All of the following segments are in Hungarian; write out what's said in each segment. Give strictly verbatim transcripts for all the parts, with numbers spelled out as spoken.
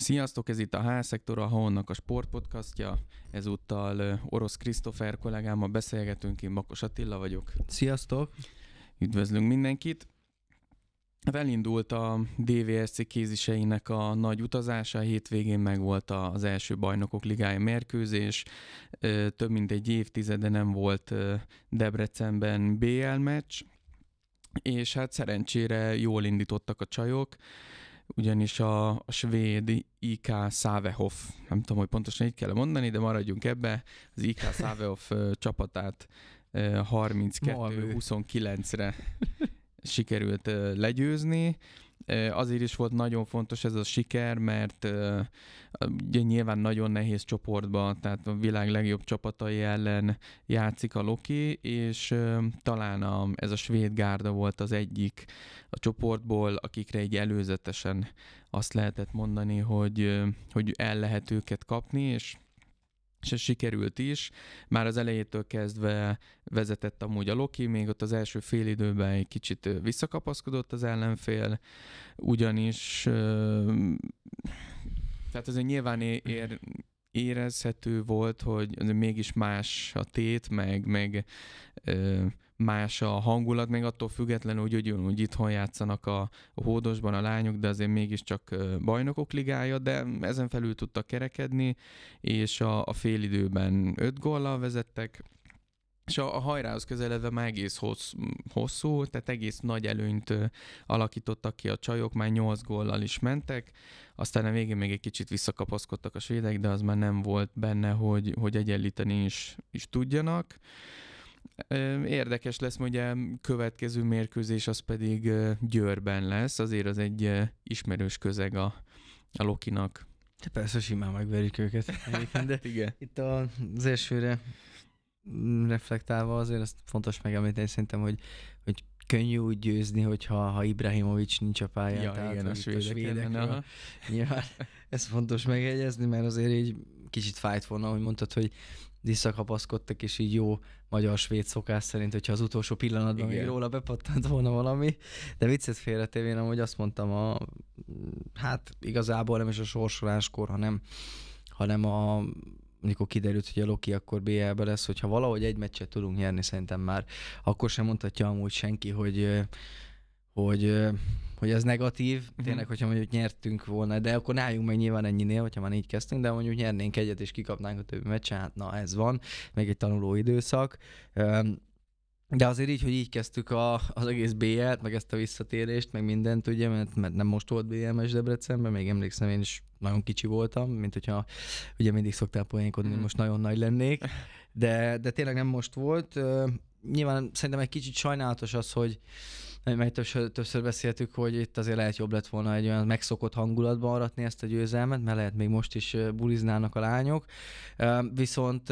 Sziasztok, ez itt a H-szektor, a Honnak a sportpodcastja. Ezúttal Orosz Krisztófer kollégámmal beszélgetünk, én Bakos Attila vagyok. Sziasztok! Üdvözlünk mindenkit! Elindult a dé vé es cé kéziseinek a nagy utazása, a hétvégén meg volt az első bajnokok ligája mérkőzés. Több mint egy évtizede nem volt Debrecenben bé el meccs, és hát szerencsére jól indítottak a csajok, ugyanis a, a svéd i ká Sävehof, nem tudom, hogy pontosan így kell mondani, de maradjunk ebbe, az i ká Sävehof csapatát harminckettő huszonkilencre sikerült legyőzni. Azért is volt nagyon fontos ez a siker, mert ugye nyilván nagyon nehéz csoportban, tehát a világ legjobb csapatai ellen játszik a Loki, és talán a, ez a svéd gárda volt az egyik a csoportból, akikre egy előzetesen azt lehetett mondani, hogy, hogy el lehet őket kapni, és és ez sikerült is. Már az elejétől kezdve vezetett amúgy a Loki, még ott az első fél időben egy kicsit visszakapaszkodott az ellenfél, ugyanis tehát azért nyilván ér, érezhető volt, hogy azért mégis más a tét, meg, meg más a hangulat, még attól függetlenül, hogy ugyanúgy itthon játszanak a, a Hódosban a lányok, de azért mégiscsak bajnokok ligája, de ezen felül tudtak kerekedni, és a, a félidőben öt góllal vezettek, és a, a hajrához közeledve már egész hossz, hosszú, tehát egész nagy előnyt alakítottak ki a csajok, már nyolc góllal is mentek, aztán a végén még egy kicsit visszakapaszkodtak a svédek, de az már nem volt benne, hogy, hogy egyenlíteni is, is tudjanak. Érdekes lesz, ugye következő mérkőzés az pedig Győrben lesz, azért az egy ismerős közeg a, a Lokinak. De persze simán megverik őket. De igen. Itt az elsőre reflektálva azért azt fontos megemlíteni szerintem, hogy, hogy könnyű úgy győzni, hogyha ha Ibrahimovic nincs a pályán. Ja, tehát, igen, a svédekről. Nyilván ez fontos megjegyezni, mert azért így kicsit fájt volna, hogy mondtad, hogy visszakapaszkodtak, és így jó magyar-svéd szokás szerint, hogyha az utolsó pillanatban még róla bepattant volna valami. De viccet félretévén, amúgy azt mondtam, a, hát igazából nem is a sorsoláskor, hanem, hanem a, amikor kiderült, hogy a Loki akkor bé el-be lesz, hogyha valahogy egy meccset tudunk nyerni, szerintem már akkor sem mondhatja amúgy senki, hogy hogy, hogy ez negatív, uh-huh. Tényleg, hogyha mondjuk nyertünk volna, de akkor ne álljunk meg nyilván ennyinél, hogyha már így kezdtünk, de mondjuk nyernénk egyet és kikapnánk a többi meccsen, hát na ez van, meg egy tanuló időszak. De azért így, hogy így kezdtük a, az egész bé el-t, meg ezt a visszatérést, meg mindent, ugye, mert, mert nem most volt bé el meccs Debrecenben, még emlékszem, én is nagyon kicsi voltam, mint hogyha ugye mindig szoktál poénkodni, hogy most nagyon nagy lennék, de, de tényleg nem most volt. Nyilván szerintem egy kicsit sajnálatos az, hogy mert többször, többször beszéltük, hogy itt azért lehet jobb lett volna egy olyan megszokott hangulatban aratni ezt a győzelmet, mert lehet még most is buliznának a lányok. Viszont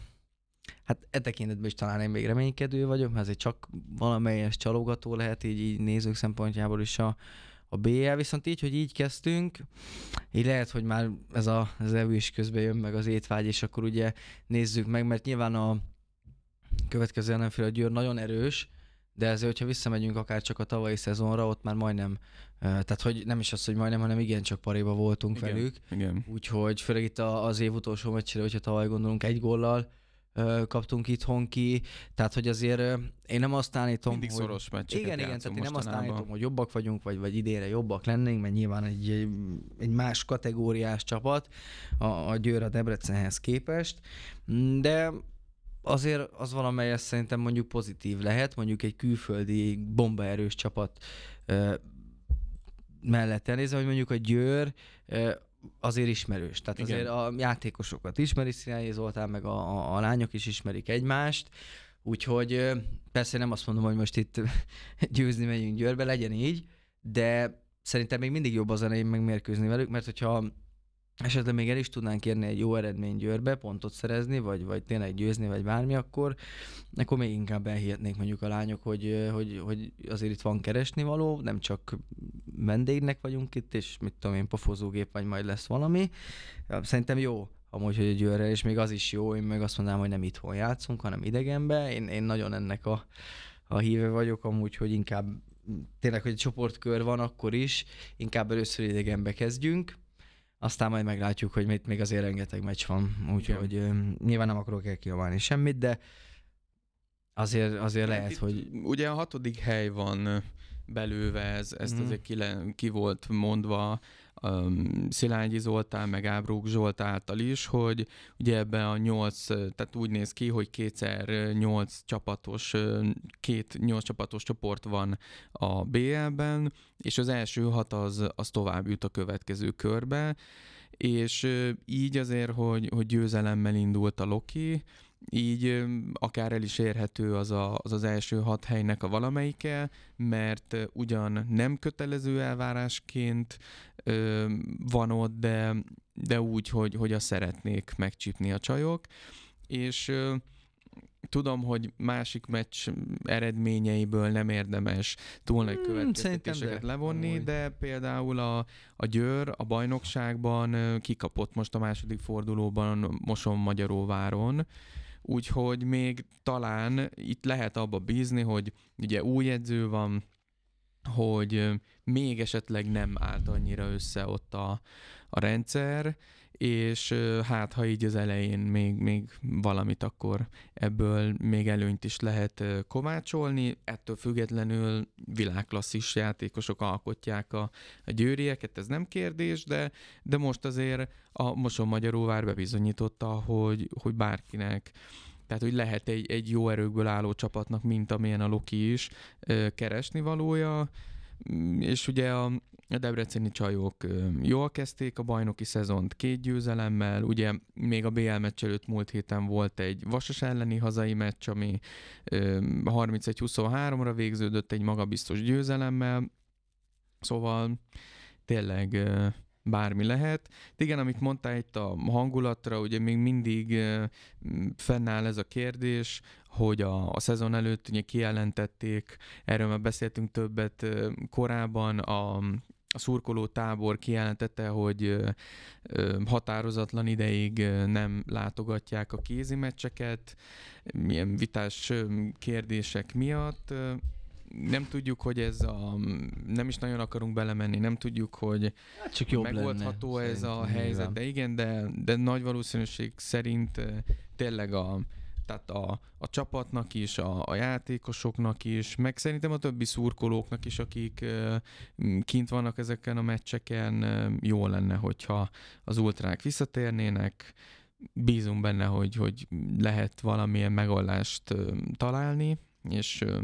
hát e tekintetben is talán én még reménykedő vagyok, mert azért csak valamelyes csalogató lehet így, így nézők szempontjából is a, a bé el, viszont így, hogy így kezdtünk, így lehet, hogy már ez a, az evő is közben jön, meg az étvágy, és akkor ugye nézzük meg, mert nyilván a következő ellenfél a Győr nagyon erős, de ezért, hogyha visszamegyünk akár csak a tavalyi szezonra, ott már majdnem, tehát hogy nem is az, hogy majdnem, hanem igencsak paréba voltunk igen, velük. Igen. Úgyhogy főleg itt az év utolsó meccsére, hogyha tavaly gondolunk, egy góllal kaptunk itthon ki, tehát hogy azért én nem azt állítom, mindig hogy... szoros meccseket igen, igen, tehát én nem azt mostanában. állítom, hogy jobbak vagyunk, vagy, vagy idénre jobbak lennénk, mert nyilván egy, egy más kategóriás csapat a, a Győr a Debrecenhez képest, de azért az valamelyes szerintem mondjuk pozitív lehet, mondjuk egy külföldi bombaerős csapat uh, mellett elnézve, hogy mondjuk a Győr uh, azért ismerős. Tehát igen. Azért a játékosokat ismeri, Szilágyi Zoltán, meg a, a, a lányok is ismerik egymást, úgyhogy uh, persze nem azt mondom, hogy most itt győzni megyünk Győrbe, legyen így, de szerintem még mindig jobb az elején megmérkőzni velük, mert hogyha esetleg még el is tudnánk érni egy jó eredmény Győrbe, pontot szerezni, vagy, vagy tényleg győzni, vagy bármi, akkor, akkor még inkább elhihetnék mondjuk a lányok, hogy, hogy, hogy azért itt van keresnivaló, nem csak vendégnek vagyunk itt, és mit tudom én, pofozógép, vagy majd lesz valami. Szerintem jó amúgy, hogy a Győrrel, és még az is jó, én meg azt mondanám, hogy nem itthon játszunk, hanem idegenbe. Én, én nagyon ennek a, a híve vagyok amúgy, hogy inkább tényleg, hogy egy csoportkör van, akkor is inkább először idegenbe kezdjünk, aztán majd meglátjuk, hogy itt még azért rengeteg meccs van, úgyhogy nyilván nem akarok elkiabálni semmit, de azért, azért lehet, itt, hogy... Ugye a hatodik hely van belőve, ez, ezt mm-hmm. azért ki, le, ki volt mondva um, Szilágyi Zoltán, meg Ábrók Zsolt által is, hogy ugye ebben a nyolc, tehát úgy néz ki, hogy kétszer nyolc csapatos, két nyolc csapatos csoport van a bé el-ben, és az első hat az, az tovább jut a következő körbe, és így azért, hogy, hogy győzelemmel indult a Loki, így akár el is érhető az, a, az az első hat helynek a valamelyike, mert ugyan nem kötelező elvárásként ö, van ott, de, de úgy, hogy, hogy azt szeretnék megcsípni a csajok, és ö, tudom, hogy másik meccs eredményeiből nem érdemes túl nagy következtetéseket hmm, levonni, de például a, a Győr a bajnokságban kikapott most a második fordulóban Moson-Magyaróváron, úgyhogy még talán itt lehet abba bízni, hogy ugye új edző van, hogy még esetleg nem állt annyira össze ott a, a rendszer, és hát ha így az elején még, még valamit, akkor ebből még előnyt is lehet kovácsolni. Ettől függetlenül világklasszis játékosok alkotják a, a győrieket, ez nem kérdés, de, de most azért a Moson-Magyaróvár bebizonyította, hogy, hogy bárkinek, tehát hogy lehet egy, egy jó erőkből álló csapatnak, mint amilyen a Loki is, keresni valója, és ugye a A debreceni csajok jól kezdték a bajnoki szezont két győzelemmel, ugye még a bé el meccs előtt múlt héten volt egy Vasas elleni hazai meccs, ami harmincegy huszonháromra végződött egy magabiztos győzelemmel, szóval tényleg bármi lehet. Igen, amit mondtál itt a hangulatra, ugye még mindig fennáll ez a kérdés, hogy a, a szezon előtt ugye kijelentették, erről már beszéltünk többet korábban, a A szurkoló tábor kijelentette, hogy határozatlan ideig nem látogatják a kézi meccseket, milyen vitás kérdések miatt. Nem tudjuk, hogy ez a... Nem is nagyon akarunk belemenni, nem tudjuk, hogy hát csak jobb megoldható lenne, ez a helyzet, de igen, de, de nagy valószínűség szerint tényleg a tehát a, a csapatnak is, a, a játékosoknak is, meg szerintem a többi szurkolóknak is, akik uh, kint vannak ezeken a meccseken, uh, jó lenne, hogyha az ultrák visszatérnének. Bízunk benne, hogy, hogy lehet valamilyen megoldást uh, találni, és uh,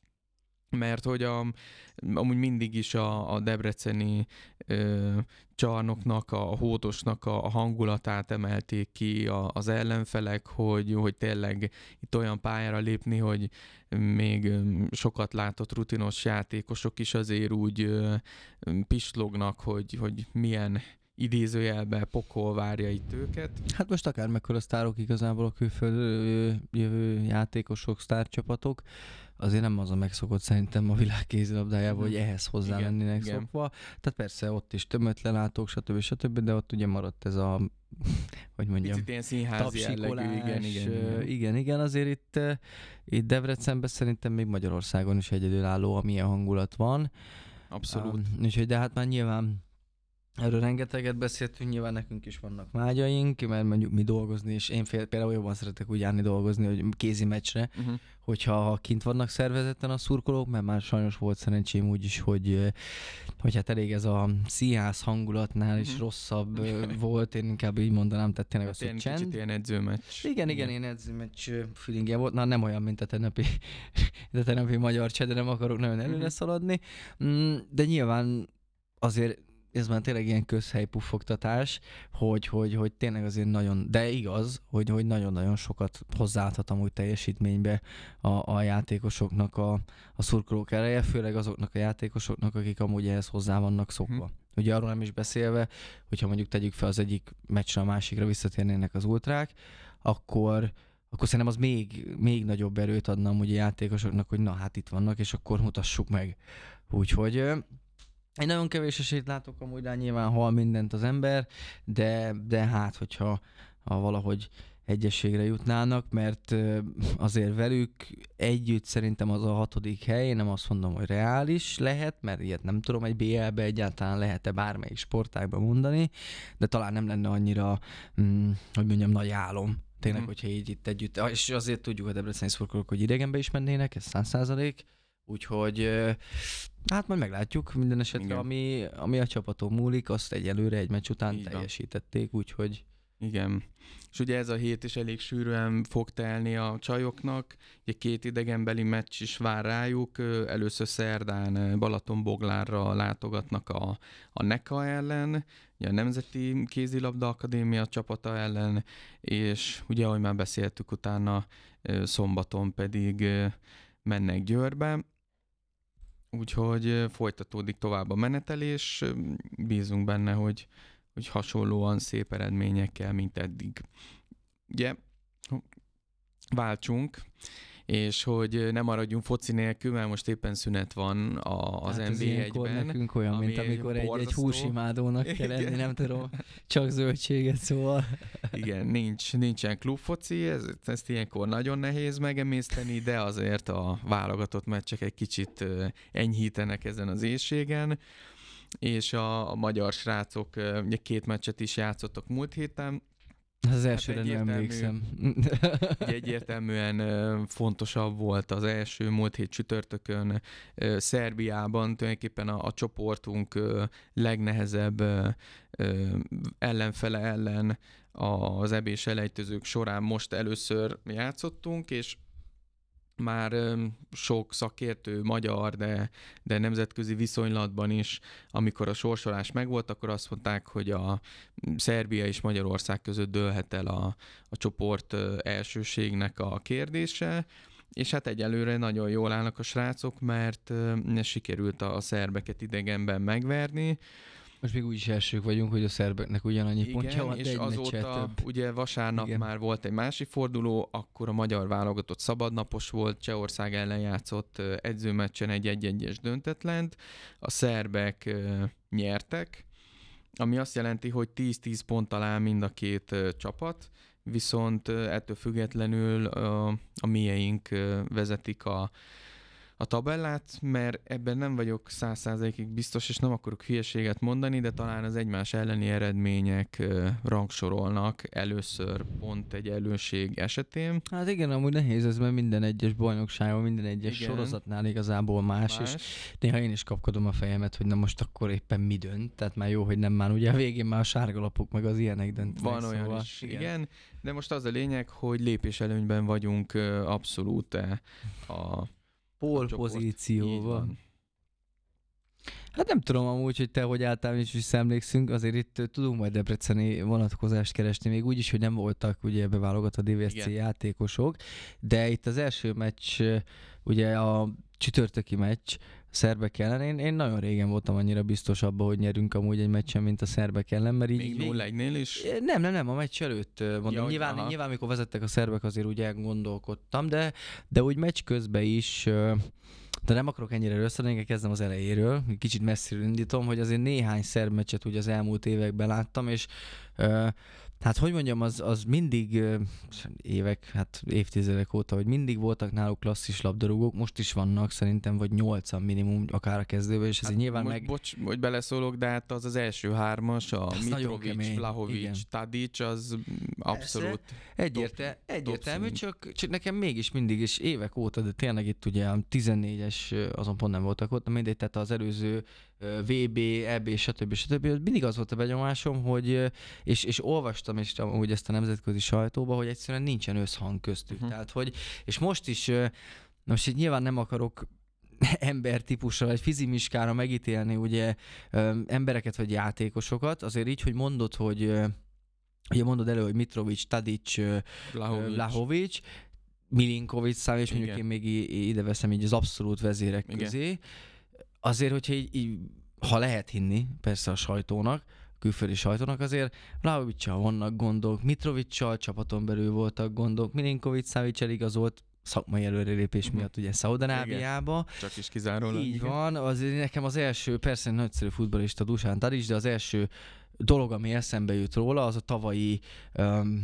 mert hogy a, amúgy mindig is a, a debreceni ö, csarnoknak, a hódosnak a hangulatát emelték ki a, az ellenfelek, hogy, hogy tényleg itt olyan pályára lépni, hogy még sokat látott rutinos játékosok is azért úgy ö, pislognak, hogy, hogy milyen idézőjelben pokol várja itt őket. Hát most akár mekkora sztárok igazából a külföldről jövő játékosok, sztárcsapatok, azért nem az a megszokott szerintem a világ kézilabdájában, hogy ehhez hozzá igen, lennének igen. szokva. Tehát persze ott is tömött lelátók, stb. stb., de ott ugye maradt ez a, hogy mondjam, picit ilyen színházi jellegű, igen, igen, igen. igen, igen, azért itt, itt Debrecenben szerintem még Magyarországon is egyedülálló, amilyen hangulat van. Abszolút. Um, úgyhogy de hát már nyilván erről rengeteget beszéltünk, nyilván nekünk is vannak vágyaink, mert mondjuk mi dolgozni, és én fél, például jobban szeretek úgy járni dolgozni, hogy kézi meccsre, uh-huh. hogyha kint vannak szervezetten a szurkolók, mert már sajnos volt szerencsém úgy is, hogy, hogy hát elég ez a színház hangulatnál uh-huh. is rosszabb volt, én inkább így mondanám, tehát tényleg hát az, hogy csend. Kicsit ilyen edzőmeccs. Igen, igen, ilyen edzőmeccs feelingje volt, na nem olyan, mint a tegnapi, a tegnapi magyar cseh, de nem akarok nagyon előre uh-huh. szaladni, de nyilván azért ez már tényleg ilyen közhelypuffogtatás, hogy, hogy, hogy tényleg azért nagyon, de igaz, hogy, hogy nagyon-nagyon sokat hozzáadhat amúgy teljesítménybe a, a játékosoknak a, a szurkolók ereje, főleg azoknak a játékosoknak, akik amúgy ehhez hozzá vannak szokva. Hmm. Ugye arról nem is beszélve, hogyha mondjuk tegyük fel az egyik meccsre a másikra visszatérnének az ultrák, akkor akkor szerintem az még, még nagyobb erőt adna amúgy a játékosoknak, hogy na hát itt vannak, és akkor mutassuk meg. Úgyhogy én nagyon kevés esélyt látok amúgy rá, nyilván hal mindent az ember, de, de hát, hogyha ha valahogy egyességre jutnának, mert azért velük együtt szerintem az a hatodik hely, én nem azt mondom, hogy reális lehet, mert ilyet nem tudom, egy bé el-be egyáltalán lehet-e bármelyik sportágban mondani, de talán nem lenne annyira, hm, hogy mondjam, nagy álom. Tényleg, mm. hogyha így itt együtt, és azért tudjuk a debreceni szurkolók, hogy idegenbe is mennének, ez száz százalék, úgyhogy hát majd meglátjuk minden esetre, ami, ami a csapaton múlik, azt egyelőre egy meccs után így teljesítették, úgyhogy igen. És ugye ez a hét is elég sűrűen fog telni a csajoknak, ugye két idegenbeli meccs is vár rájuk, először szerdán Balatonboglárra látogatnak a, a NECA ellen, ugye a Nemzeti Kézilabda Akadémia csapata ellen, és ugye, ahogy már beszéltük, utána szombaton pedig mennek Győrbe, úgyhogy folytatódik tovább a menetelés, bízunk benne, hogy hogy hasonlóan szép eredményekkel, mint eddig. Ugye, váltsunk, és hogy nem maradjunk foci nélkül, mert most éppen szünet van a, az hát en bé egyben. Nekünk olyan, mint amikor egy, egy húsimádónak kell lenni, nem tudom, csak zöldséget, szóval. Igen, nincs, nincsen klubfoci, ez, ezt ilyenkor nagyon nehéz megemészteni, de azért a válogatott meccsek egy kicsit enyhítenek ezen az éjségen, és a, a magyar srácok ugye két meccset is játszottak múlt héten. Az elsőre hát nem emlékszem. Egyértelműen fontosabb volt az első múlt hét csütörtökön Szerbiában, tulajdonképpen a, a csoportunk legnehezebb ellenfele ellen az é bé-s elejtezők során most először játszottunk, és már sok szakértő, magyar, de, de nemzetközi viszonylatban is, amikor a sorsolás megvolt, akkor azt mondták, hogy a Szerbia és Magyarország között dőlhet el a, a csoport elsőségnek a kérdése, és hát egyelőre nagyon jól állnak a srácok, mert sikerült a szerbeket idegenben megverni. Most még úgyis elsők vagyunk, hogy a szerbeknek ugyanannyi igen, pontja van, és azóta ugye vasárnap igen. már volt egy másik forduló, akkor a magyar válogatott szabadnapos volt, Csehország ellen játszott edzőmeccsen egy egy-egyes döntetlent, a szerbek nyertek, ami azt jelenti, hogy tíz-tíz ponttal áll mind a két csapat, viszont ettől függetlenül a, a mieink vezetik a a tabellát, mert ebben nem vagyok száz százalékig biztos, és nem akarok hülyeséget mondani, de talán az egymás elleni eredmények rangsorolnak először pont egy előség esetén. Hát igen, amúgy nehéz ez, mert minden egyes bajnokságon, minden egyes igen. sorozatnál igazából más, más, és néha én is kapkodom a fejemet, hogy na most akkor éppen mi dönt, tehát már jó, hogy nem már ugye a végén már a sárgalapok meg az ilyenek döntenek. Van olyan szóval, is, igen. igen, de most az a lényeg, hogy lépéselőnyben vagyunk abszolút a pole pozícióban. Hát nem tudom amúgy, hogy te hogy általán is visszaemlékszünk, azért itt tudunk majd debreceni vonatkozást keresni, még úgy is, hogy nem voltak ugye beválogatva dé vé es cé igen. játékosok, de itt az első meccs, ugye a csütörtöki meccs szerbek ellen, én, én nagyon régen voltam annyira biztos abban, hogy nyerünk amúgy egy meccsen, mint a szerbek ellen, mert így... Még nulla egynél is? Nem, nem, nem, a meccs előtt mondom. Ja, nyilván, nyilván, amikor vezettek a szerbek, azért úgy elgondolkodtam, de, de úgy meccs közben is, de nem akarok ennyire először, én kezdem az elejéről, kicsit messziről indítom, hogy azért néhány szerb meccset úgy az elmúlt években láttam, és hát hogy mondjam, az, az mindig évek, hát évtizedek óta, hogy mindig voltak náluk klasszis labdarúgók, most is vannak szerintem, vagy nyolcan minimum akár a kezdőben, és ez hát nyilván most, meg... Bocs, hogy beleszólok, de hát az az első hármas, a ez Mitrovic, Vlahovic, Tadic, az abszolút Egyértel, top, egyértelmű, top csak, csak nekem mégis mindig is évek óta, de tényleg itt ugye a tizennégyes, azon pont nem voltak ott, mindegy, tehát az előző vé bé, é bé, stb. stb. Mindig az volt a benyomásom, hogy, és, és olvastam is úgy ezt a nemzetközi sajtóba, hogy egyszerűen nincsen összhang köztük. Uh-huh. Tehát, hogy, és most is, most így nyilván nem akarok embertípusra, vagy fizimiskára megítélni ugye embereket, vagy játékosokat, azért így, hogy mondod, hogy ugye mondod elő, hogy Mitrovic, Tadic, Vlahovic, Milinkovic szám, és mondjuk én még ide veszem így az abszolút vezérek igen. közé. Azért, hogyha így, így, ha lehet hinni, persze a sajtónak, külföldi sajtónak, azért Vlahovic-sal vannak gondok, Mitrovic-sal csapaton belül voltak gondok, Milinkovic-Savic eligazolt szakmai előrelépés uh-huh. miatt ugye Szaúd-Arábiába. Csak is kizárólag. Így igen. van, azért nekem az első, persze nagyszerű futballista Dusan Tadic, de az első dolog, ami eszembe jut róla, az a tavalyi um,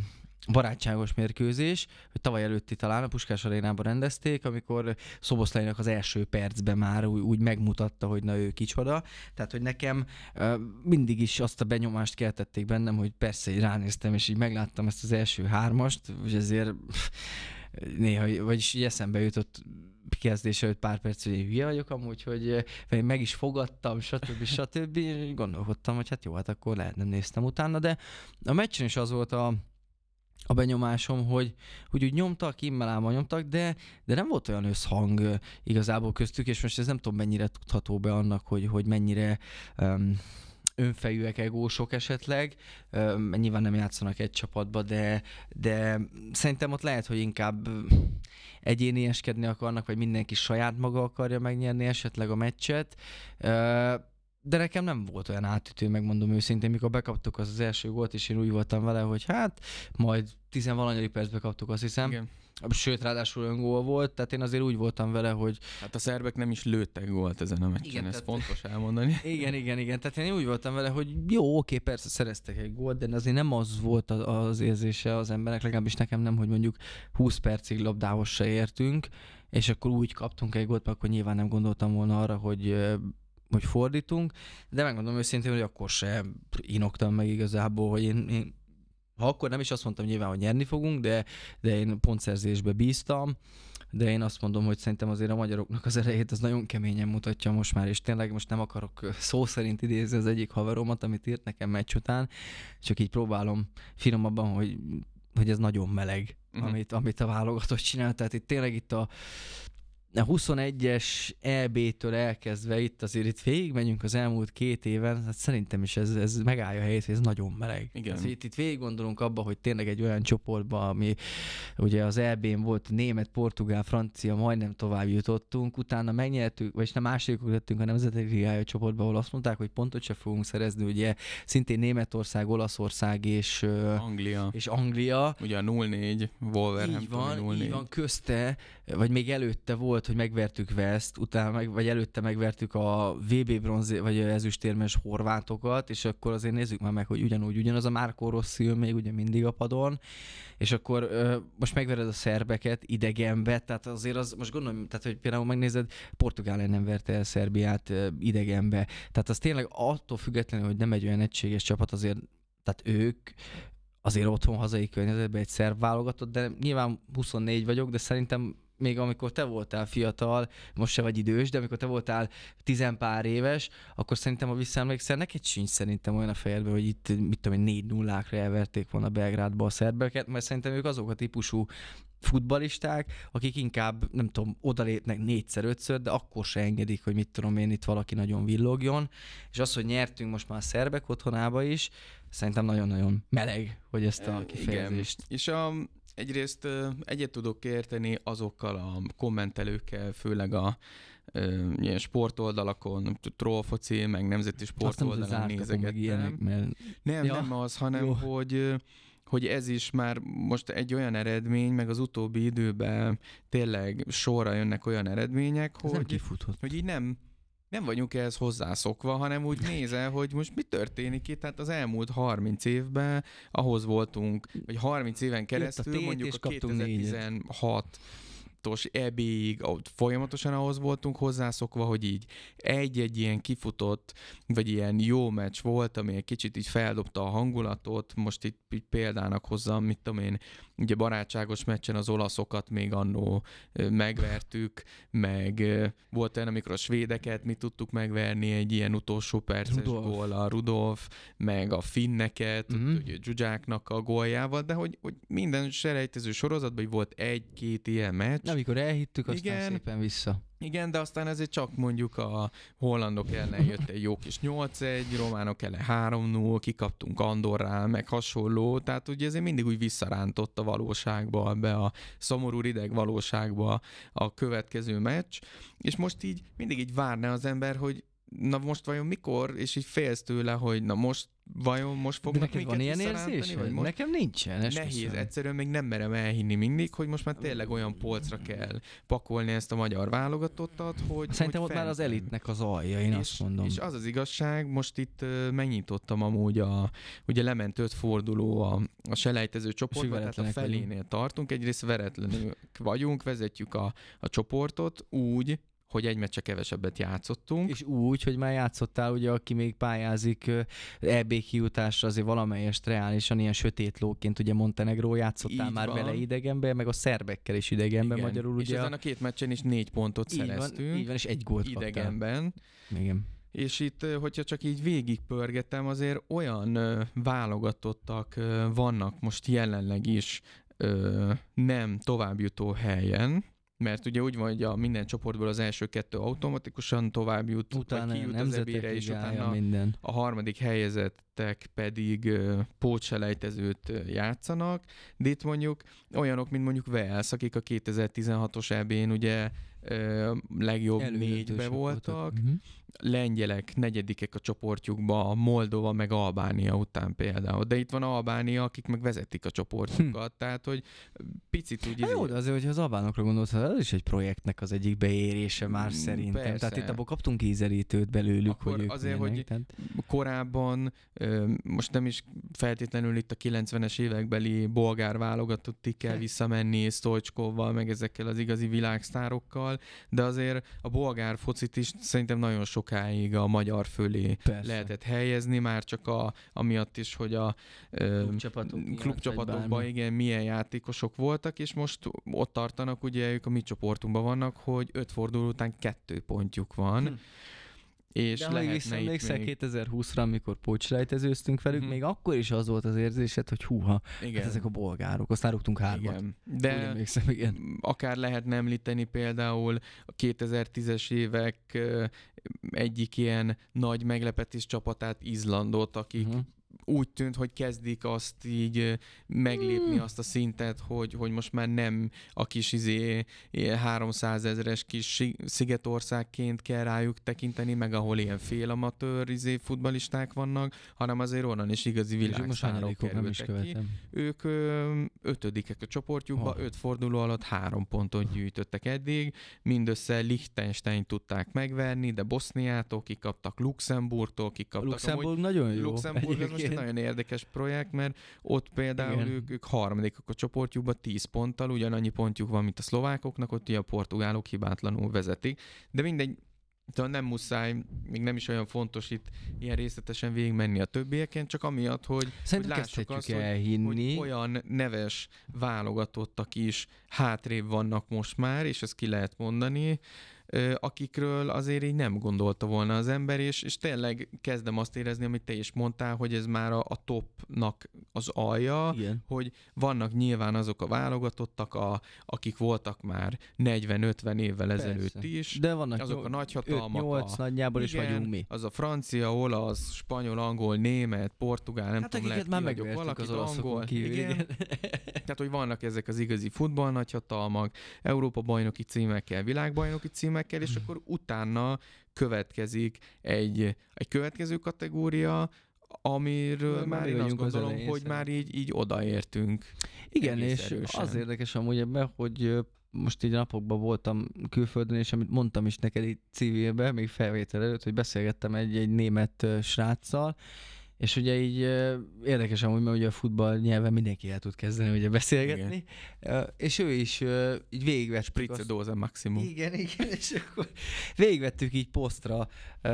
barátságos mérkőzés, hogy tavaly előtti talán a Puskás Arénában rendezték, amikor Szoboszlainak az első percben már úgy, úgy megmutatta, hogy na ő kicsoda. Tehát, hogy nekem uh, mindig is azt a benyomást keltették bennem, hogy persze, így ránéztem, és így megláttam ezt az első hármast, és ezért néha, vagyis így eszembe jutott kezdés előtt pár perc, hogy én hülye vagyok amúgy, hogy én meg is fogadtam, stb. stb. És gondolkodtam, hogy hát jó, hát akkor lehet nem néztem utána, de a meccsen is az volt a a benyomásom, hogy, hogy úgy nyomtak, immelámmal nyomtak, de, de nem volt olyan összhang igazából köztük, és most ez nem tudom mennyire tudható be annak, hogy, hogy mennyire um, önfejűek, egósok esetleg. Um, nyilván nem játszanak egy csapatba, de, de szerintem ott lehet, hogy inkább egyénieskedni akarnak, vagy mindenki saját maga akarja megnyerni esetleg a meccset. Uh, De nekem nem volt olyan átütő, megmondom őszintén, mikor bekaptuk az, az első gólt, és én úgy voltam vele, hogy hát majd tizenvalanyadik percben kaptuk, azt hiszem. Igen. Sőt, ráadásul öngól volt, tehát én azért úgy voltam vele, hogy... Hát a szerbek nem is lőttek gólt ezen a meccsen, igen, ez tehát... fontos elmondani. Igen, igen, igen, tehát én úgy voltam vele, hogy jó, oké, persze szereztek egy gólt, de azért nem az volt az érzése az emberek, legalábbis nekem nem, hogy mondjuk húsz percig labdához se értünk, és akkor úgy kaptunk egy gólt, mert akkor nyilván nem gondoltam volna arra, hogy hogy fordítunk, de megmondom őszintén, hogy akkor se inoktam meg igazából, hogy én, én ha akkor nem is azt mondtam nyilván, hogy nyerni fogunk, de, de én pontszerzésbe bíztam, de én azt mondom, hogy szerintem azért a magyaroknak az erejét az nagyon keményen mutatja most már, és tényleg most nem akarok szó szerint idézni az egyik haveromat, amit írt nekem meccs után, csak így próbálom finomabban, hogy, hogy ez nagyon meleg, uh-huh. amit, amit a válogatott csinál, tehát itt tényleg itt a a huszonegyes é bé-től elkezdve itt azért itt végigmenjünk az elmúlt két éven, hát szerintem is ez, ez megállja a helyét, hogy ez nagyon meleg. Igen. Hát, itt, itt végig gondolunk abba, hogy tényleg egy olyan csoportba, ami ugye az é bén volt német, portugál, francia, majdnem tovább jutottunk, utána megnyertük, vagyis nem másodikok lettünk a Nemzetek Ligája csoportba, ahol azt mondták, hogy pontot se fogunk szerezni, ugye szintén Németország, Olaszország és Anglia. És Anglia. Ugye a nulla négy Wolverhampton. Így van, így van, közte, vagy még előtte volt, hogy megvertük West, utána meg, vagy előtte megvertük a vé bé bronz, vagy ezüstérmes horvátokat, és akkor azért nézzük már meg, hogy ugyanúgy ugyanaz a Marco Rossi még ugye mindig a padon, és akkor ö, most megvered a szerbeket idegenbe, tehát azért az, most gondolom, tehát hogy például megnézed, Portugália nem verte el Szerbiát ö, idegenbe, tehát az tényleg attól függetlenül, hogy nem egy olyan egységes csapat, azért, tehát ők azért otthon hazai környezetben egy szerb válogatott, de nyilván huszonnégy vagyok, de szerintem még amikor te voltál fiatal, most se vagy idős, de amikor te voltál tizenpár éves, akkor szerintem, ha visszaemlékszel, neked sincs szerintem olyan a fejedben, hogy itt, mit tudom én, négy nullákra elverték volna Belgrádba a szerbeket, mert szerintem ők azok a típusú futballisták, akik inkább, nem tudom, odalépnek négyszer, ötször, de akkor se engedik, hogy mit tudom én, itt valaki nagyon villogjon. És az, hogy nyertünk most már a szerbek otthonába is, szerintem nagyon-nagyon meleg, hogy ezt a kifejezést. Igen. És a egyrészt egyet tudok érteni azokkal a kommentelőkkel, főleg a ö, ilyen sportoldalakon, trollfoci, meg nemzeti sportoldalon nézegettem. Ilyenek, mert... Nem, ja. nem az, hanem Jó. hogy hogy ez is már most egy olyan eredmény, meg az utóbbi időben tényleg sorra jönnek olyan eredmények, ez hogy, hogy így nem, nem vagyunk ehhez hozzászokva, hanem úgy nézel, hogy most mi történik itt, hát az elmúlt harminc évben ahhoz voltunk, vagy harminc éven keresztül, mondjuk a kétezer-tizenhat é bé-ig folyamatosan ahhoz voltunk hozzászokva, hogy így egy-egy ilyen kifutott, vagy ilyen jó meccs volt, ami egy kicsit így feldobta a hangulatot, most itt, itt példának hozzam, mit tudom én, ugye barátságos meccsen az olaszokat még annó megvertük, meg volt olyan, amikor a svédeket mi tudtuk megverni egy ilyen utolsó perces gól, a Rudolf, meg a finneket, mm-hmm. ugye Zsuzsáknak a góljával, de hogy, hogy minden selejtező sorozatban volt egy-két ilyen meccs. Amikor elhittük, aztán igen, szépen vissza. Igen, de aztán ezért csak mondjuk a hollandok ellen jött egy jó kis nyolc egy, románok ellen három null, kikaptunk Andorrán, meg hasonló, tehát ugye ezért mindig úgy visszarántott a valóságba, be a szomorú rideg valóságba a következő meccs, és most így mindig így várná az ember, hogy na most vajon mikor, és így félsz tőle, hogy na most vajon most fognak minket van ilyen érzés? Vagy most? Nekem nincsen. Nehéz, esküszöm. Egyszerűen még nem merem elhinni mindig, hogy most már tényleg olyan polcra kell pakolni ezt a magyar válogatottat, hogy szerintem hogy ott már az elitnek az alja, én és, azt mondom. És az az igazság, most itt uh, megnyitottam amúgy a, ugye lement öt forduló a, a selejtező csoportban, tehát a felénél vagyunk. Tartunk, egyrészt veretlenül vagyunk, vezetjük a, a csoportot úgy, hogy egy meccse kevesebbet játszottunk. És úgy, hogy már játszottál, ugye, aki még pályázik é bé kijutásra, azért valamelyest reálisan ilyen sötét lóként, ugye Montenegró játszottál így már van. Vele idegenben, meg a szerbekkel is idegenben, igen. Magyarul és ugye. És ezen a két meccsen is négy pontot így szereztünk. Van, így van, és egy gólt idegenben. Kaptál. Igen. És itt, hogyha csak így végigpörgetem, azért olyan válogatottak vannak most jelenleg is nem továbbjutó helyen, mert ugye úgy van, hogy a minden csoportból az első kettő automatikusan tovább jut, utána vagy kijut az ebére, és utána minden. A harmadik helyezettek pedig uh, pótselejtezőt uh, játszanak, de itt mondjuk olyanok, mint mondjuk Wales, akik a kétezer-tizenhatos é bén ugye uh, legjobb Előzetős négybe voltak, uh-huh. lengyelek negyedikek a csoportjukba, Moldova meg Albánia után például, de itt van Albánia, akik meg vezetik a csoportjukat, hm. tehát hogy picit úgy... Hát jó, de azért, hogyha az albánokra gondolsz, az is egy projektnek az egyik beérése már szerintem. Persze. Tehát itt abból kaptunk ízelítőt belőlük, akkor hogy ők azért, milyenek, hogy tehát... korábban, most nem is feltétlenül itt a kilencvenes évekbeli bolgár válogatottig kell visszamenni Sztojcskovval, meg ezekkel az igazi világsztárokkal, de azért a bolgár focit is szerintem nagyon sokáig a magyar fölé Persze. lehetett helyezni, már csak a, amiatt is, hogy a klubcsapatok klubcsapatokban igen, milyen játékosok voltak, és most ott tartanak, ugye ők a mi csoportunkban vannak, hogy öt forduló után kettő pontjuk van. Hm. És de ha visszaemlékszel még... kétezer-húszra, amikor pótselejtezőztünk velük, uh-huh. még akkor is az volt az érzésed, hogy húha, hát ezek a bolgárok, aztán rúgtunk hármat. Igen. De igen. akár lehetne említeni például a kétezer-tízes évek egyik ilyen nagy meglepetés csapatát, Izlandot, akik uh-huh. úgy tűnt, hogy kezdik azt így meglépni azt a szintet, hogy, hogy most már nem a kis izé háromszázezres kis szigetországként kell rájuk tekinteni, meg ahol ilyen félamatőr izé futballisták vannak, hanem azért onnan is igazi világsztárok kerültek ki. Ők ö, ötödikek a csoportjukban, oh. öt forduló alatt három pontot gyűjtöttek eddig, mindössze Liechtenstein tudták megverni, de Boszniától kikaptak, Luxemburgtól kikaptak. Luxemburg amúgy, nagyon jó. Luxemburg az most egy nagyon érdekes projekt, mert ott például ők, ők harmadikak a csoportjukban tíz ponttal, ugyanannyi pontjuk van, mint a szlovákoknak, ott ugye a portugálok hibátlanul vezetik, de mindegy, nem muszáj, még nem is olyan fontos itt ilyen részletesen végigmenni a többieken, csak amiatt, hogy, hogy lássuk azt, hogy, hogy olyan neves válogatottak is hátrébb vannak most már, és ezt ki lehet mondani, akikről azért így nem gondolta volna az ember, és, és tényleg kezdem azt érezni, amit te is mondtál, hogy ez már a, a topnak az alja, igen. hogy vannak nyilván azok a válogatottak, a, akik voltak már negyven-ötven évvel Persze. ezelőtt is. De vannak azok nyolc, a nagyhatalmak. nyolc nagyjából igen, is vagyunk mi. Az a francia, olasz, spanyol, angol, német, portugál, nem hát tudom, lehet már megvertük valaki az olaszokon kívül. Igen. igen. Tehát, hogy vannak ezek az igazi futballnagyhatalmak, Európa bajnoki címekkel, világbajnoki címekkel, és akkor utána következik egy, egy következő kategória, amiről már, már én azt gondolom, elején, hogy már így, így odaértünk. Igen, és erősen. Az érdekes amúgy ebben, hogy most így napokban voltam külföldön, és amit mondtam is neked itt civilben, még felvétel előtt, hogy beszélgettem egy, egy német sráccal, és ugye így érdekes amúgy, mert ugye a futball nyelven mindenki el tud kezdeni ugye beszélgetni, igen. és ő is így végigvettük. Spritze maximum. Igen, igen, és akkor végigvettük így posztra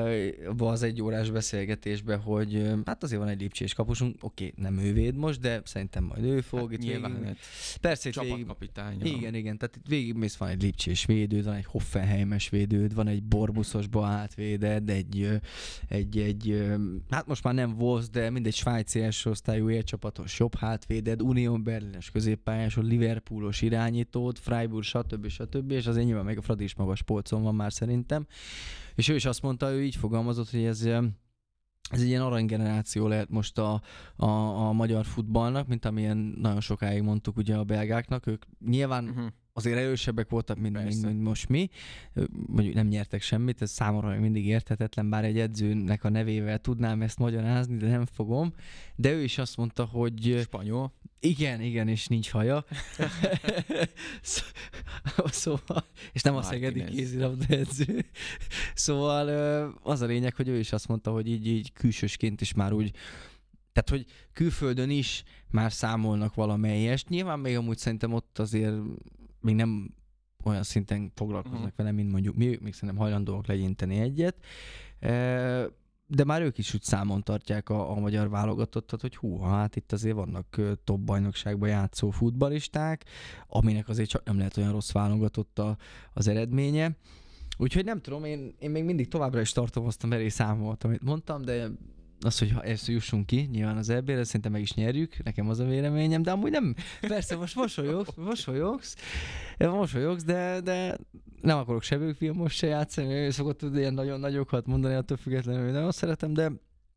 abba az egy órás beszélgetésbe, hogy hát azért van egy lipcsés kapusunk, oké, nem ő véd most, de szerintem majd ő fog. Hát itt nyilván végig... Persze, csapatkapitány. Igen, igen, tehát itt végigmész, van egy lipcsés védőd, van egy Hoffenheimes védőd, van egy Borbuszosba átvéded, egy, egy, egy, hát most már nem volt, de mindegy svájci első osztályú élcsapatos jobb hátvéded, Union Berlines középpályásod, Liverpoolos irányítód, Freiburg, stb. stb. És az nyilván meg a Fradi is magas polcon van már szerintem. És ő is azt mondta, ő így fogalmazott, hogy ez, ez egy ilyen aranygeneráció lehet most a, a, a magyar futballnak, mint amilyen nagyon sokáig mondtuk ugye a belgáknak. Ők nyilván uh-huh. azért erősebbek voltak, mint, mint, mint most mi. Mondjuk nem nyertek semmit, ez számomra még mindig érthetetlen, bár egy edzőnek a nevével tudnám ezt magyarázni, de nem fogom. De ő is azt mondta, hogy... Spanyol. Igen, igen, és nincs haja. Szóval, és nem a szegedi kézilabda edző. Szóval az a lényeg, hogy ő is azt mondta, hogy így, így külsősként is már úgy, tehát, hogy külföldön is már számolnak valamelyest. Nyilván még amúgy szerintem ott azért még nem olyan szinten foglalkoznak uh-huh. vele, mint mondjuk mi, még szerintem hajlandóak legyinteni egyet. De már ők is úgy számon tartják a, a magyar válogatottat, hogy hú, hát itt azért vannak top bajnokságban játszó futballisták, aminek azért csak nem lehet olyan rossz válogatott a, az eredménye. Úgyhogy nem tudom, én, én még mindig továbbra is tartom azt a merész számomat, amit mondtam, de az, hogy ezt jussunk ki, nyilván az é bé-re, szerintem meg is nyerjük, nekem az a véleményem, de amúgy nem, persze most mosolyogsz, mosolyogsz, mosolyogsz, de, de nem akarok sebőfilmos se játszani, ő szokott tudni ilyen nagyon nagyokat mondani, attól függetlenül, hogy nagyon szeretem, de,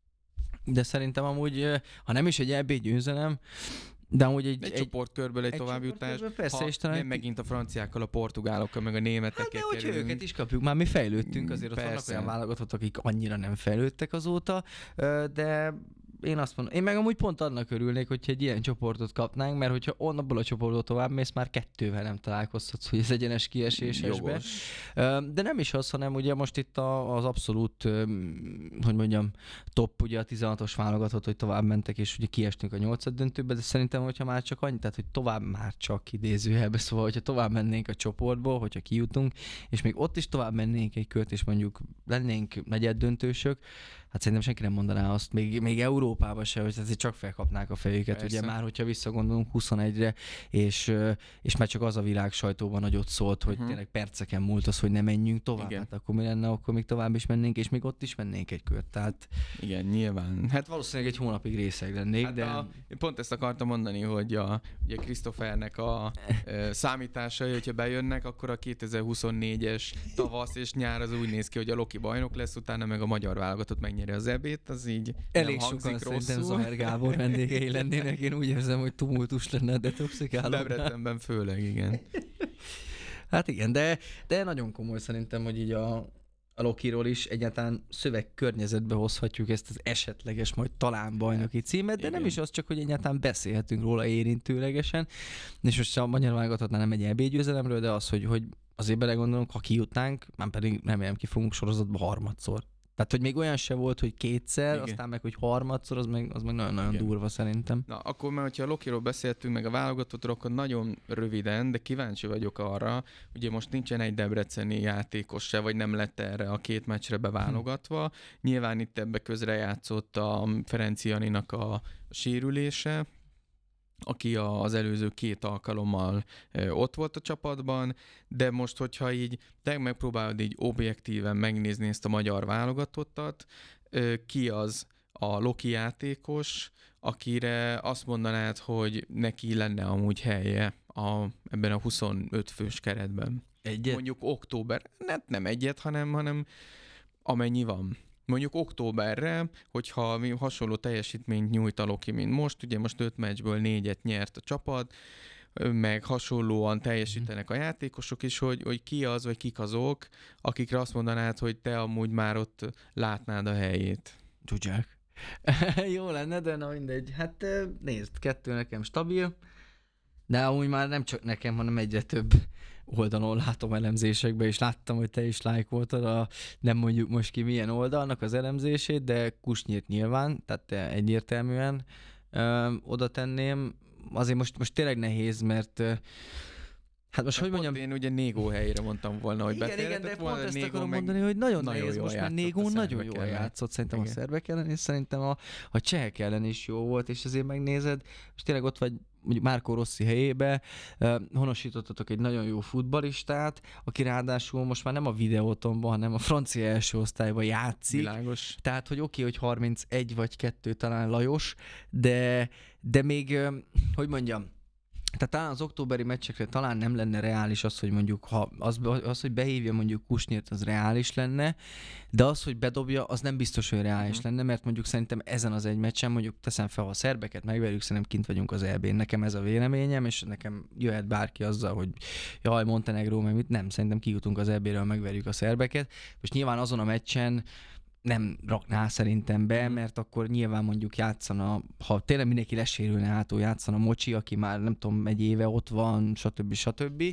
de szerintem amúgy, ha nem is egy é bé győzelem, de amúgy egy... Egy, egy csoportkörből egy, egy továbbjutás. Persze, és talán... megint a franciákkal, a portugálokkal, meg a németekkel hát, de kerülünk. Őket is kapjuk, már mi fejlődtünk, azért ott vannak olyan válogatottak, akik annyira nem fejlődtek azóta, de én azt mondom, én meg amúgy pont annak örülnék, hogyha egy ilyen csoportot kapnánk, mert hogyha onnan a csoportból tovább mész, már kettővel nem találkozhatsz, hogy ez egyenes kiesésesbe. De nem is az, hanem ugye most itt az abszolút, hogy mondjam, top ugye a tizenhatos válogatott, hogy tovább mentek, és ugye kiestünk a nyolcad döntőbe, de szerintem, hogyha már csak annyi, tehát hogy tovább már csak idézőjelbe, szóval, hogyha tovább mennénk a csoportból, hogyha kijutunk, és még ott is tovább mennénk egy kört, és mondjuk lennénk negyed döntősök, hát szerintem senki nem mondaná azt, még, még Európában se, hogy azért csak felkapnák a fejüket, persze. Ugye már, hogyha visszagondolunk huszonegyre, és, és már csak az a világ sajtóban nagyot szólt, hogy uh-huh. tényleg perceken múlt az, hogy ne menjünk tovább. Igen. Hát akkor mi lenne, akkor még tovább is mennénk, és még ott is mennénk egy kört. Tehát igen, nyilván. Hát valószínűleg egy hónapig részeg lennék, hát de... A, pont ezt akartam mondani, hogy a ugye Christophernek a e, számításai, hogyha bejönnek, akkor a kétezer-huszonnégyes tavasz és nyár az úgy néz ki, hogy a Loki bajnok lesz, utána meg a magyar válogatott megnyeri az é bét, az így elég nem sokan szerintem Zaher Gábor vendégei lennének, én úgy érzem, hogy tumultus lenne a detoxikálónál. Debrecenben főleg, igen. Hát igen, de, de nagyon komoly szerintem, hogy így a, a Lokiról is egyáltalán szövegkörnyezetbe hozhatjuk ezt az esetleges, majd talán bajnoki címet, de igen. Nem is az csak, hogy egyáltalán beszélhetünk róla érintőlegesen, és most a magyar válogatottnál nem egy é bé győzelemről, de az, hogy, hogy azért belegondolunk, ha kijutnánk, már pedig remélem ki fogunk sorozatba harmadszor. Tehát, hogy még olyan se volt, hogy kétszer, igen. Aztán meg, hogy harmadszor, az meg, az meg nagyon-nagyon igen. durva szerintem. Na, akkor már, hogyha a Lokiról beszéltünk, meg a válogatottról, akkor nagyon röviden, de kíváncsi vagyok arra, ugye most nincsen egy debreceni játékos se, vagy nem lett erre a két meccsre beválogatva. Hm. Nyilván itt ebbe közrejátszott a Ferenc Janinak a sérülése, aki az előző két alkalommal ott volt a csapatban, de most, hogyha így te megpróbálod így objektíven megnézni ezt a magyar válogatottat, ki az a Loki játékos, akire azt mondanád, hogy neki lenne amúgy helye a, ebben a huszonöt fős keretben. Egyet? Mondjuk október, nem, nem egyet, hanem, hanem amennyi van. Mondjuk októberre, hogyha hasonló teljesítményt nyújt a Loki, mint most, ugye most öt meccsből négyet nyert a csapat, meg hasonlóan teljesítenek a játékosok is, hogy, hogy ki az, vagy kik azok, akikre azt mondanád, hogy te amúgy már ott látnád a helyét. Tudják. Jó lenne, de na mindegy. Hát nézd, kettő nekem stabil, de amúgy már nem csak nekem, hanem egyre több oldalon látom elemzésekbe, és láttam, hogy te is lájkoltad a, nem mondjuk most ki milyen oldalnak az elemzését, de Kusnyírt nyilván, tehát egyértelműen ö, oda tenném. Azért most, most tényleg nehéz, mert ö, hát most, de hogy mondjam... Én ugye Négó helyére mondtam volna, hogy igen, igen, de pont ezt akarom mondani, hogy nagyon, nagyon nehéz most, mert Négó nagyon jól játszott szerintem igen. A szerbek ellen, és szerintem a, a csehek ellen is jó volt, és azért megnézed, és tényleg ott vagy mondjuk Márkó Rossi helyébe, uh, honosítottatok egy nagyon jó futballistát, aki ráadásul most már nem a videótonban, hanem a francia első osztályban játszik. Világos. Tehát, hogy oké, okay, hogy harmincegy vagy kettő talán Lajos, de, de még, uh, hogy mondjam, tehát talán az októberi meccsekre talán nem lenne reális az, hogy mondjuk, ha az, az hogy behívja mondjuk Kusnyírt, az reális lenne, de az, hogy bedobja, az nem biztos, hogy reális mm. lenne, mert mondjuk szerintem ezen az egy meccsen, mondjuk teszem fel, ha a szerbeket megverjük, szerintem kint vagyunk az é bén. Nekem ez a véleményem, és nekem jöhet bárki azzal, hogy jaj, Montenegró, meg mit, nem, szerintem kijutunk az é béről, megverjük a szerbeket. Most nyilván azon a meccsen nem rakná szerintem be, mert akkor nyilván mondjuk játszana, ha tényleg mindenki lesérülne hátul, játszana Mocsi, aki már nem tudom, egy éve ott van, stb. stb.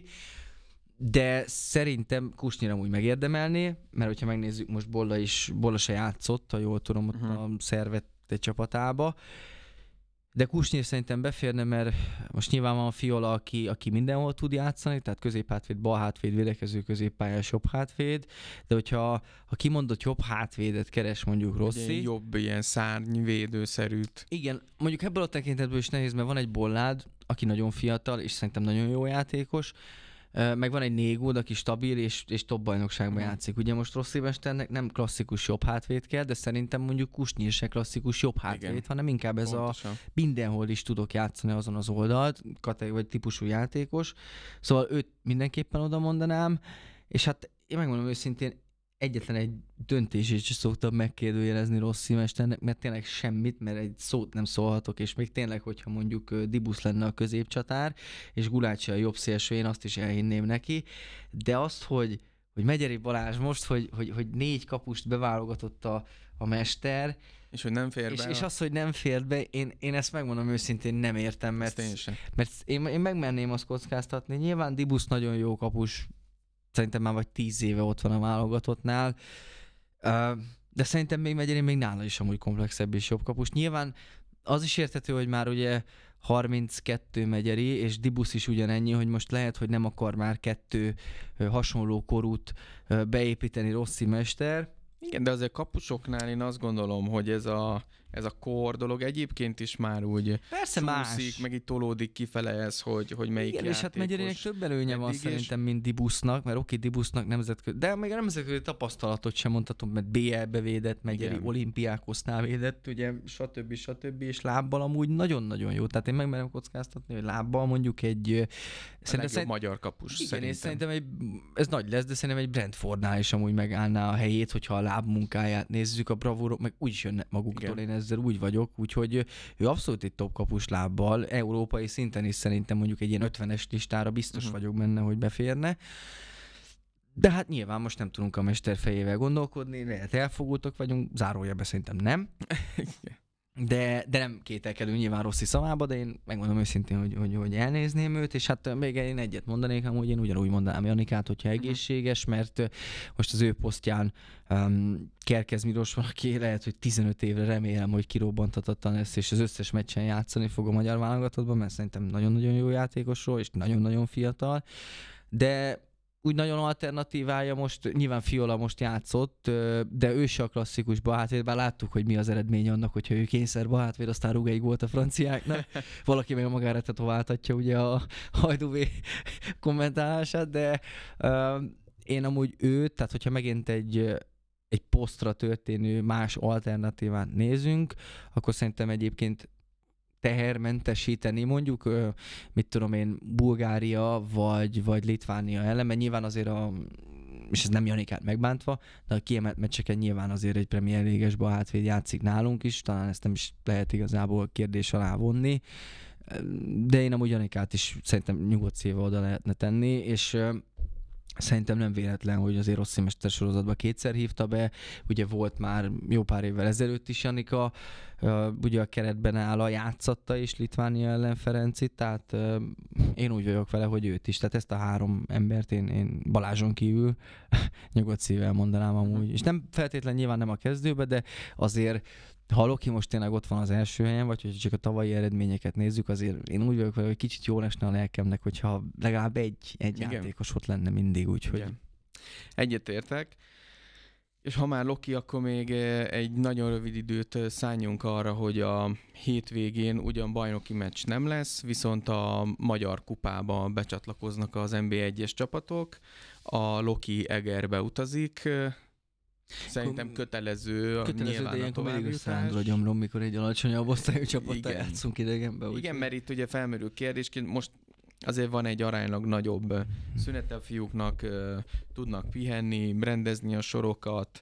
De szerintem Kusnyira úgy megérdemelné, mert hogyha megnézzük, most Bolla is, Bolla se játszott, ha jól tudom, ott uh-huh. a szervet egy csapatába. De Kusnyir szerintem beférne, mert most nyilván van Fiola, aki, aki mindenhol tud játszani, tehát középhátvéd, bal hátvéd, védekező középpályás, jobb hátvéd, de hogyha ha kimondott jobb hátvédet keres mondjuk Rossi. Egy jobb ilyen szárnyvédőszerűt. Igen, mondjuk ebből a tekintetből is nehéz, mert van egy Bollád, aki nagyon fiatal, és szerintem nagyon jó játékos, meg van egy Négód, aki stabil, és, és top bajnokságban hmm. játszik. Ugye most Rossi mesternek nem klasszikus jobb hátvéd kell, de szerintem mondjuk Kusnyir se klasszikus jobb hátvéd, igen. hanem inkább ez pontosan. A mindenhol is tudok játszani azon az oldalt, kategóriai vagy típusú játékos. Szóval őt mindenképpen oda mondanám, és hát én megmondom őszintén, egyetlen egy döntését sem szoktam megkérdőjelezni Rossi mesternek, mert tényleg semmit, mert egy szót nem szólhatok, és még tényleg, hogyha mondjuk Dibusz lenne a középcsatár, és Gulácsi a jobb szélső, én azt is elhinném neki, de azt, hogy, hogy Megyeri Balázs most, hogy, hogy, hogy négy kapust beválogatott a, a mester, és hogy nem fér és, be. És az, hogy nem fér be, én, én ezt megmondom őszintén nem értem, mert, én, mert én, én megmerném azt kockáztatni. Nyilván Dibusz nagyon jó kapus, szerintem már vagy tíz éve ott van a válogatottnál, de szerintem még Megyeri még nála is amúgy komplexebb és jobb kapus. Nyilván az is érthető, hogy már ugye harminckettő Megyeri, és Dibusz is ugyanennyi, hogy most lehet, hogy nem akar már kettő hasonló korút beépíteni Rossi mester. Igen, de azért kapusoknál én azt gondolom, hogy ez a, ez a kor dolog egyébként is már úgy persze csúszik, meg így tolódik kifele ez, hogy, hogy melyik igen, játékos. És hát Megyerinek több előnye van szerintem, mint Dibusznak, mert oké, Dibusznak nemzetközi, de még a nemzetközi tapasztalatot sem mondhatom, mert bé el-be védett, Megyeri igen. Olimpiákosznál védett, ugye, stb. stb. És lábbal amúgy nagyon-nagyon jó. Tehát én megmerem kockáztatni, hogy lábbal mondjuk egy... A legjobb szerint... magyar kapus igen, szerintem. És szerintem egy, ez nagy lesz, de szerintem egy Brentfordnál is amúgy megállná a helyét, hogyha a lábmunkáját nézzük, a bravúrok meg úgyis jönnek maguktól, igen. Én ezzel úgy vagyok, úgyhogy ő abszolút egy top kapus lábbal, európai szinten is szerintem mondjuk egy ilyen ötvenes listára biztos uh-huh. vagyok benne, hogy beférne. De hát nyilván most nem tudunk a mester fejével gondolkodni, lehet elfogultak vagyunk, zárójelben szerintem nem. De, de nem kételkedő nyilván Rossi szavába, de én megmondom őszintén, hogy, hogy, hogy elnézném őt, és hát még én egyet mondanék, amúgy én ugyanúgy mondanám Janikát, hogyha egészséges, mert most az ő posztján um, Kerkez Miros van, aki lehet, hogy tizenöt évre remélem, hogy kirobbantatottan lesz, és az összes meccsen játszani fog a magyar válogatottban, mert szerintem nagyon-nagyon jó játékosról, és nagyon-nagyon fiatal, de úgy nagyon alternatívája most, nyilván Fiola most játszott, de ő se a klasszikus balhátvéd, bár láttuk, hogy mi az eredmény annak, hogyha ő kényszer balhátvéd, aztán rúg egy gólt a franciáknak. Valaki meg a magára tetováltatja ugye a Hajdúvé kommentálását, de uh, én amúgy őt, tehát hogyha megint egy, egy posztra történő más alternatívát nézünk, akkor szerintem egyébként tehermentesíteni mondjuk, mit tudom én, Bulgária vagy, vagy Litvánia ellen, mert nyilván azért a, és ez nem Janikát megbántva, de a kiemelt meccseken nyilván azért egy Premier League-es balhátvéd játszik nálunk is, talán ezt nem is lehet igazából kérdés alá vonni, de én amúgy Janikát is szerintem nyugodt szívvel oda lehetne tenni, és szerintem nem véletlen, hogy azért Rossi mester sorozatban kétszer hívta be, ugye volt már jó pár évvel ezelőtt is Janika, uh, ugye a keretben áll a játszatta is Litvánia ellen Ferencit, tehát uh, én úgy vagyok vele, hogy őt is, tehát ezt a három embert én, én Balázson kívül nyugodt szívvel mondanám amúgy, és nem feltétlenül nyilván nem a kezdőbe, de azért ha Loki most tényleg ott van az első helyen, vagy hogy csak a tavalyi eredményeket nézzük, azért én úgy vagyok vele, hogy kicsit jól esne a lelkemnek, hogyha legalább egy, egy játékos ott lenne mindig, úgyhogy... Egyetértek. És ha már Loki, akkor még egy nagyon rövid időt szálljunk arra, hogy a hétvégén ugyan bajnoki meccs nem lesz, viszont a Magyar Kupába becsatlakoznak az en bé egyes csapatok. A Loki Egerbe utazik. Szerintem kötelező, kötelező nyilván de a ilyenkor mindig továbbjutás. összeándul a gyomrom, mikor egy alacsonyabb osztályú csapattal játszunk idegenbe. Igen, mert itt ugye felmerül kérdésként, most azért van egy aránylag nagyobb szünete a fiúknak, tudnak pihenni, rendezni a sorokat,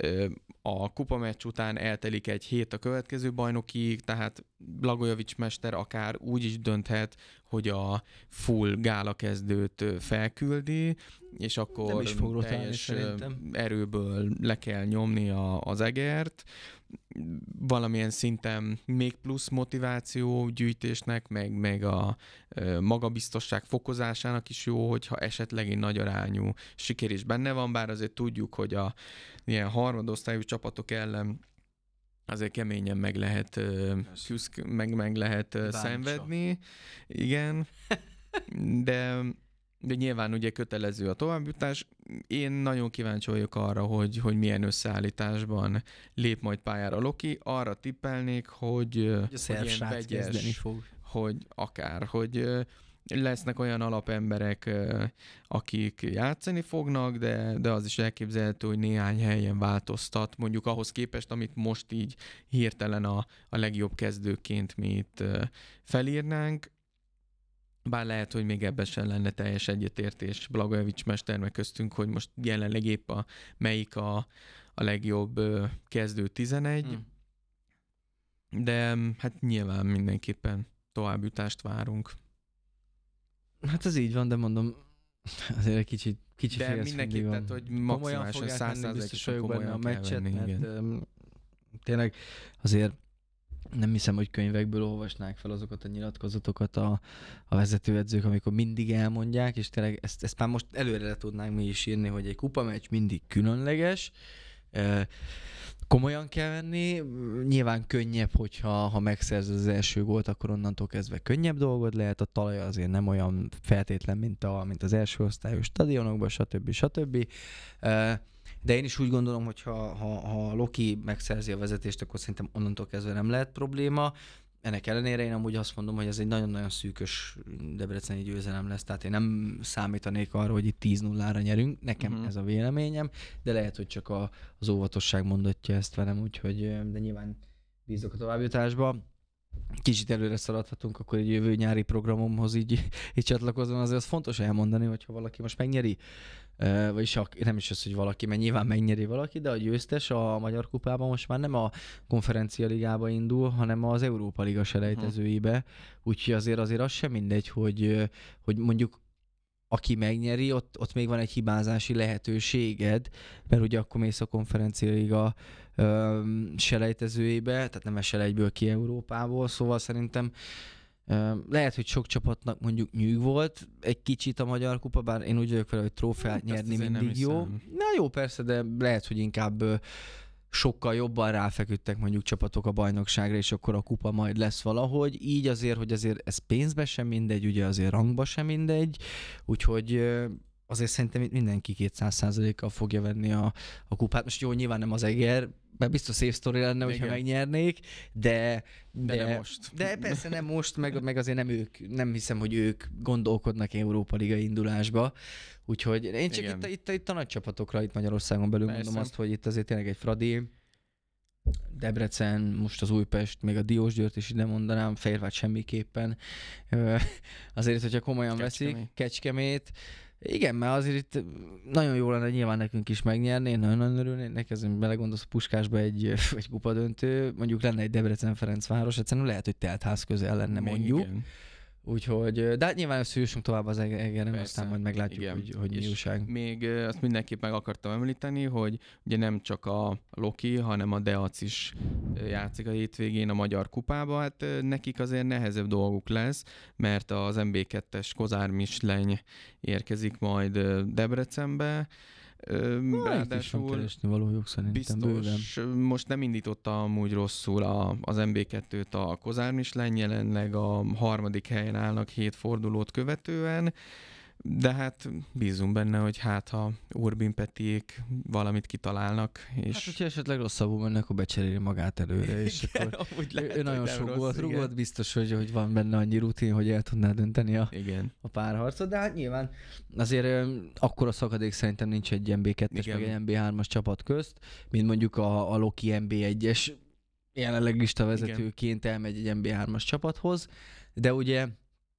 a kupameccs után eltelik egy hét a következő bajnokiig, tehát Blagojevic mester akár úgy is dönthet, hogy a full gála kezdőt felküldi, és akkor teljes erőből le kell nyomni a, az egert. Valamilyen szinten még plusz motiváció gyűjtésnek, meg, meg a e, magabiztosság fokozásának is jó, hogyha esetleg egy nagy arányú siker is benne van, bár azért tudjuk, hogy a ilyen harmadosztályú csapatok ellen azért keményen meg lehet, küszk, meg, meg lehet szenvedni. Igen, de, de nyilván ugye kötelező a továbbjutás. Én nagyon kíváncsi vagyok arra, hogy, hogy milyen összeállításban lép majd pályára Loki. Arra tippelnék, hogy, hogy ilyen vegyes, fog. Hogy akár, hogy lesznek olyan alapemberek, akik játszani fognak, de, de az is elképzelhető, hogy néhány helyen változtat, mondjuk ahhoz képest, amit most így hirtelen a, a legjobb kezdőként mi itt felírnánk. Bár lehet, hogy még ebben sem lenne teljes egyetértés Blagojevic mester meg köztünk, hogy most jelenleg épp a, melyik a, a legjobb kezdő tizenegy, hmm. de hát nyilván mindenképpen továbbjutást várunk. Hát ez így van, de mondom, azért egy kicsit, kicsit de mindenképp, tehát, hogy maximálisan száz százalékosan komolyan a meccset, venni, mert igen. Tényleg azért nem hiszem, hogy könyvekből olvasnák fel azokat a nyilatkozatokat a, a vezetőedzők, amikor mindig elmondják, és tényleg ezt, ezt már most előre le tudnánk mi is írni, hogy egy kupameccs mindig különleges, komolyan kell venni, nyilván könnyebb, hogyha ha megszerzed az első gólt, akkor onnantól kezdve könnyebb dolgod lehet, a talaj azért nem olyan feltétlen, mint, a, mint az első osztályos stadionokban, stb. stb. De én is úgy gondolom, hogy ha, ha, ha Loki megszerzi a vezetést, akkor szerintem onnantól kezdve nem lehet probléma. Ennek ellenére én amúgy azt mondom, hogy ez egy nagyon-nagyon szűkös debreceni győzelem lesz, tehát én nem számítanék arra, hogy itt tíz nullára nyerünk, nekem uh-huh. ez a véleményem, de lehet, hogy csak a, az óvatosság mondatja ezt velem, úgyhogy de nyilván bízok a továbbjutásba. Kicsit előre szaladhatunk, akkor egy jövő nyári programomhoz így, így csatlakozom, azért az fontos elmondani, hogyha valaki most megnyeri, uh, vagyis nem is az, hogy valaki, mert nyilván megnyeri valaki, de a győztes a Magyar Kupában most már nem a Konferencia Ligába indul, hanem az Európa Liga selejtezőibe, úgyhogy azért azért az sem mindegy, hogy, hogy mondjuk aki megnyeri, ott, ott még van egy hibázási lehetőséged, mert ugye akkor mész a Konferencia Liga ö, selejtezőjébe, tehát nem esel egyből ki Európából, szóval szerintem ö, lehet, hogy sok csapatnak mondjuk nyűg volt egy kicsit a Magyar Kupa, bár én úgy vagyok vele, hogy trófeát nyerni mindig jó. Na jó, persze, de lehet, hogy inkább ö, sokkal jobban ráfeküdtek mondjuk csapatok a bajnokságra, és akkor a kupa majd lesz valahogy. Így azért, hogy azért ez pénzbe sem mindegy, ugye azért rangba sem mindegy, úgyhogy azért szerintem itt mindenki kétszáz százalékkal fogja venni a, a kupát. Most jó, nyilván nem az Eger, mert biztos szép sztori lenne, hogyha megnyernék, de, de, de nem most. De persze nem most, meg, meg azért nem ők, nem hiszem, hogy ők gondolkodnak Európa Liga indulásba. Úgyhogy én csak itt, itt, itt a nagy csapatokra, itt Magyarországon belül persze. Mondom azt, hogy itt azért tényleg egy Fradi, Debrecen, most az Újpest, még a Diósgyőrt is ide mondanám, Fehérvár semmiképpen. Azért, hogyha komolyan Kecskemét. veszik, Kecskemét. Igen, mert azért itt nagyon jó lenne nyilván nekünk is megnyerni, én nagyon-nagyon örülnék, ezért belegondolsz a Puskásba egy, egy kupadöntő, mondjuk lenne egy Debrecen-Ferencváros, egyszerűen lehet, hogy teltház közel lenne mondjuk. Igen. Úgyhogy, de hát nyilván összejussunk tovább az Egeren, aztán majd meglátjuk, igen. hogy, hogy mi újság. Még azt mindenképp meg akartam említeni, hogy ugye nem csak a Loki, hanem a Deac is játszik a hétvégén a Magyar Kupába. Hát nekik azért nehezebb dolguk lesz, mert az em bé kettes Kozár Misleny érkezik majd Debrecenbe. Na, ráadásul valójuk szerintem biztos, bőven. Most nem indította amúgy rosszul a, az em bé kettőt a Kozár Misleny, jelenleg a harmadik helyen állnak hét fordulót követően, de hát bízunk benne, hogy hát ha Urbin Petiék valamit kitalálnak. És... Hát, hogyha esetleg rosszabbul mennek, akkor becseréli magát előre, és igen, akkor lehet, ő nagyon sok volt rúgott, biztos, hogy, hogy van benne annyi rutin, hogy el tudná dönteni a, igen. a párharcot, de hát nyilván azért akkor a szakadék szerintem nincs egy em bé kettes meg egy em bé hármas csapat közt, mint mondjuk a, a Loki em bé egyes jelenleg listavezetőként elmegy egy em bé hármas csapathoz, de ugye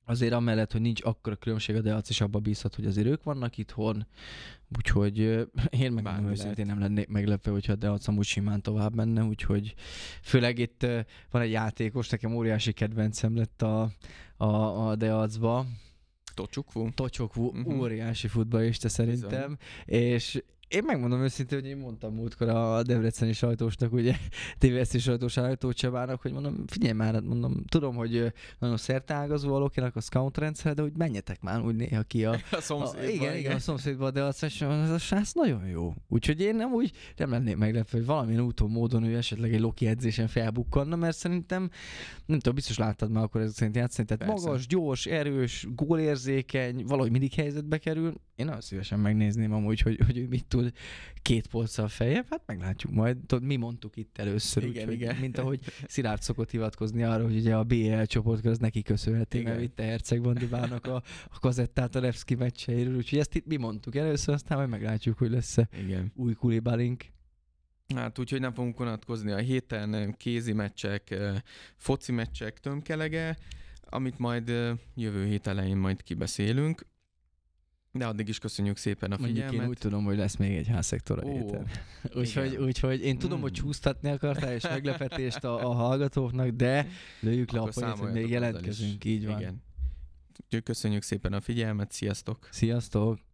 azért amellett, hogy nincs akkora különbség, a Deac is abba bízhat, hogy azért ők vannak itthon, úgyhogy én meg nem őszintén nem lennék meglepve, hogyha a Deac amúgy simán tovább menne, úgyhogy főleg itt van egy játékos, nekem óriási kedvencem lett a, a, a Deacba. Tocsukwu? Tocsukwu, uh-huh. Óriási futballista szerintem, bizony. És én megmondom őszintén, hogy én mondtam múltkor a debreceni sajtósnak, ugye té vé es té sajtós Ajtó Csabának, hogy mondom, figyelj már, mondom, tudom, hogy nagyon szerteágazó a Lokinak a scout rendszer, de hogy menjetek már úgy néha ki a, a szomszédba. A, igen, igen, igen, a szomszédba, de azt mondja, ez a srác nagyon jó. Úgyhogy én nem úgy nem lennék meglepve, hogy valamilyen úton, módon ő esetleg egy Loki edzésen felbukkanna, mert szerintem, nem tudom, biztos láttad már akkor ezek szerint játszani, tehát persze. Magas, gyors, erős, gólérzékeny, valahogy mindig helyzetbe kerül. Én nagyon szívesen megnézném amúgy, hogy, hogy ő mit tud két polccal feljebb, hát meglátjuk majd. Tudod, mi mondtuk itt először, igen, úgy, igen. Hogy, mint ahogy Szilárd szokott hivatkozni arra, hogy ugye a bé el csoportkör az neki köszönhető, mert vitte Herceg Bandibának a, a kazettát a Levski meccseiről, úgyhogy ezt itt mi mondtuk először, aztán majd meglátjuk, hogy lesz-e igen. Új Koulibalink. Hát úgyhogy nem fogunk vonatkozni a héten, kézi meccsek, foci meccsek tömkelege, amit majd jövő hét elején majd kibeszélünk. De addig is köszönjük szépen a figyelmet. Mondjuk én úgy tudom, hogy lesz még egy házszektor a Ó, héten. Úgyhogy, úgyhogy én tudom, mm. hogy csúsztatni akartál, és meglepetést a, a hallgatóknak, de lőjük le a poént, hogy még jelentkezünk. Így van. Igen. Köszönjük szépen a figyelmet, sziasztok! Sziasztok!